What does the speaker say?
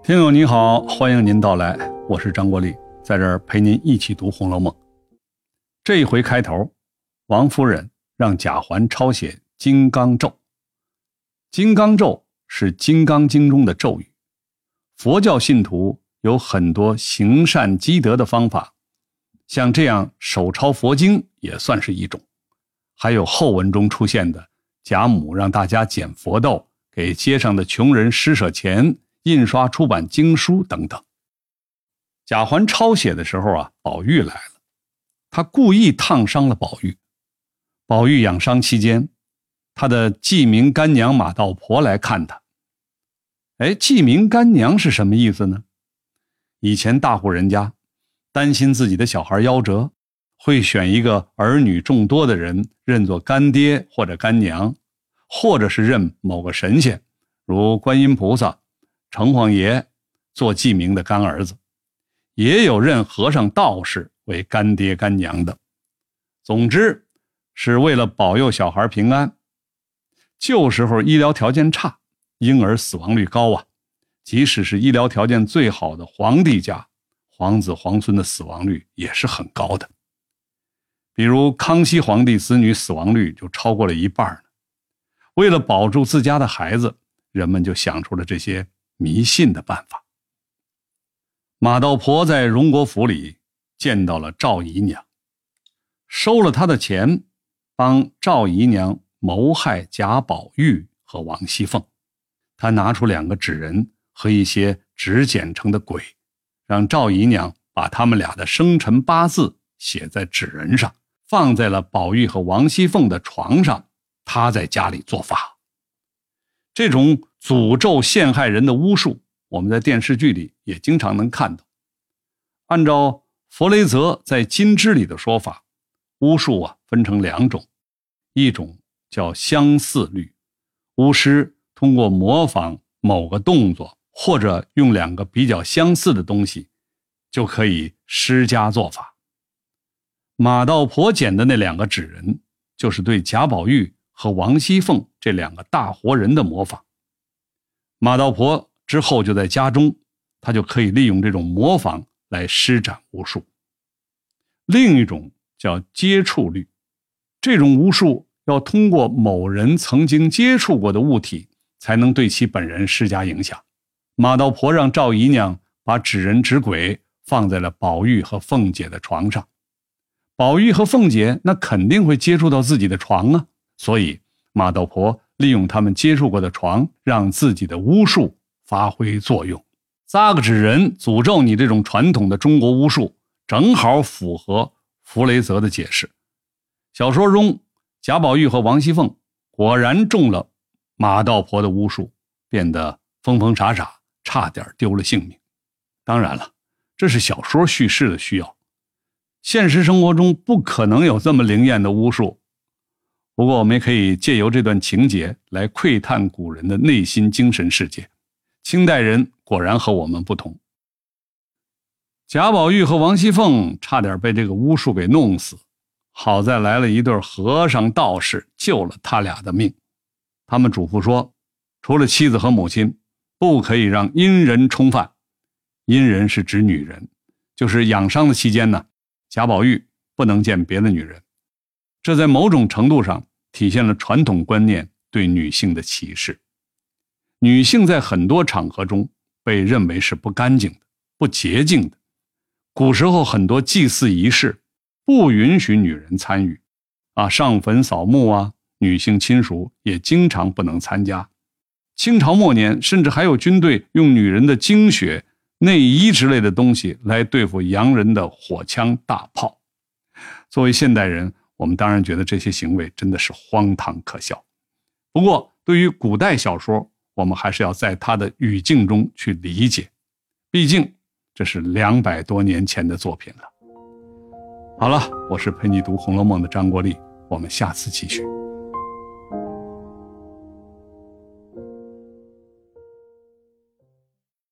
听友你好，欢迎您到来，我是张国立，在这儿陪您一起读《红楼梦》。这一回开头，王夫人让贾环抄写金刚咒。金刚咒是《金刚经》中的咒语，佛教信徒有很多行善积德的方法，像这样手抄佛经也算是一种。还有后文中出现的贾母让大家捡佛豆，给街上的穷人施舍钱，印刷出版经书等等。贾环抄写的时候宝玉来了，他故意烫伤了宝玉。宝玉养伤期间，他的记名干娘马道婆来看他。记名干娘是什么意思呢？以前大户人家担心自己的小孩夭折，会选一个儿女众多的人认作干爹或者干娘，或者是认某个神仙，如观音菩萨、城隍爷做记名的干儿子，也有认和尚道士为干爹干娘的。总之是为了保佑小孩平安。旧时候医疗条件差，婴儿死亡率高即使是医疗条件最好的皇帝家，皇子皇孙的死亡率也是很高的。比如康熙皇帝子女死亡率就超过了1半呢。为了保住自家的孩子，人们就想出了这些迷信的办法。马道婆在荣国府里见到了赵姨娘，收了她的钱，帮赵姨娘谋害贾宝玉和王熙凤。她拿出2个纸人和一些纸剪成的鬼，让赵姨娘把他们俩的生辰八字写在纸人上，放在了宝玉和王熙凤的床上，她在家里做法。这种诅咒陷害人的巫术，我们在电视剧里也经常能看到。按照弗雷泽在《金枝》里的说法，巫术分成2种，一种叫相似律，巫师通过模仿某个动作，或者用2个比较相似的东西，就可以施加做法。马道婆捡的那2个纸人，就是对贾宝玉和王熙凤这2个大活人的模仿。马道婆之后就在家中，她就可以利用这种模仿来施展巫术。另一种叫接触律，这种巫术要通过某人曾经接触过的物体，才能对其本人施加影响。马道婆让赵姨娘把纸人纸鬼放在了宝玉和凤姐的床上，宝玉和凤姐那肯定会接触到自己的床所以马道婆利用他们接触过的床，让自己的巫术发挥作用。撒个纸人诅咒你这种传统的中国巫术，正好符合弗雷泽的解释。小说中贾宝玉和王熙凤果然中了马道婆的巫术，变得疯疯傻傻，差点丢了性命。当然了，这是小说叙事的需要，现实生活中不可能有这么灵验的巫术。不过我们也可以借由这段情节来窥探古人的内心精神世界。清代人果然和我们不同。贾宝玉和王熙凤差点被这个巫术给弄死，好在来了一对和尚道士救了他俩的命。他们嘱咐说，除了妻子和母亲，不可以让阴人冲犯。阴人是指女人，就是养伤的期间呢，贾宝玉不能见别的女人。这在某种程度上体现了传统观念对女性的歧视。女性在很多场合中被认为是不干净的、不洁净的。古时候很多祭祀仪式不允许女人参与上坟扫墓女性亲属也经常不能参加。清朝末年甚至还有军队用女人的精血、内衣之类的东西来对付洋人的火枪大炮。作为现代人，我们当然觉得这些行为真的是荒唐可笑。不过对于古代小说，我们还是要在它的语境中去理解，毕竟这是200多年前的作品了。好了，我是陪你读《红楼梦》的张国立，我们下次继续。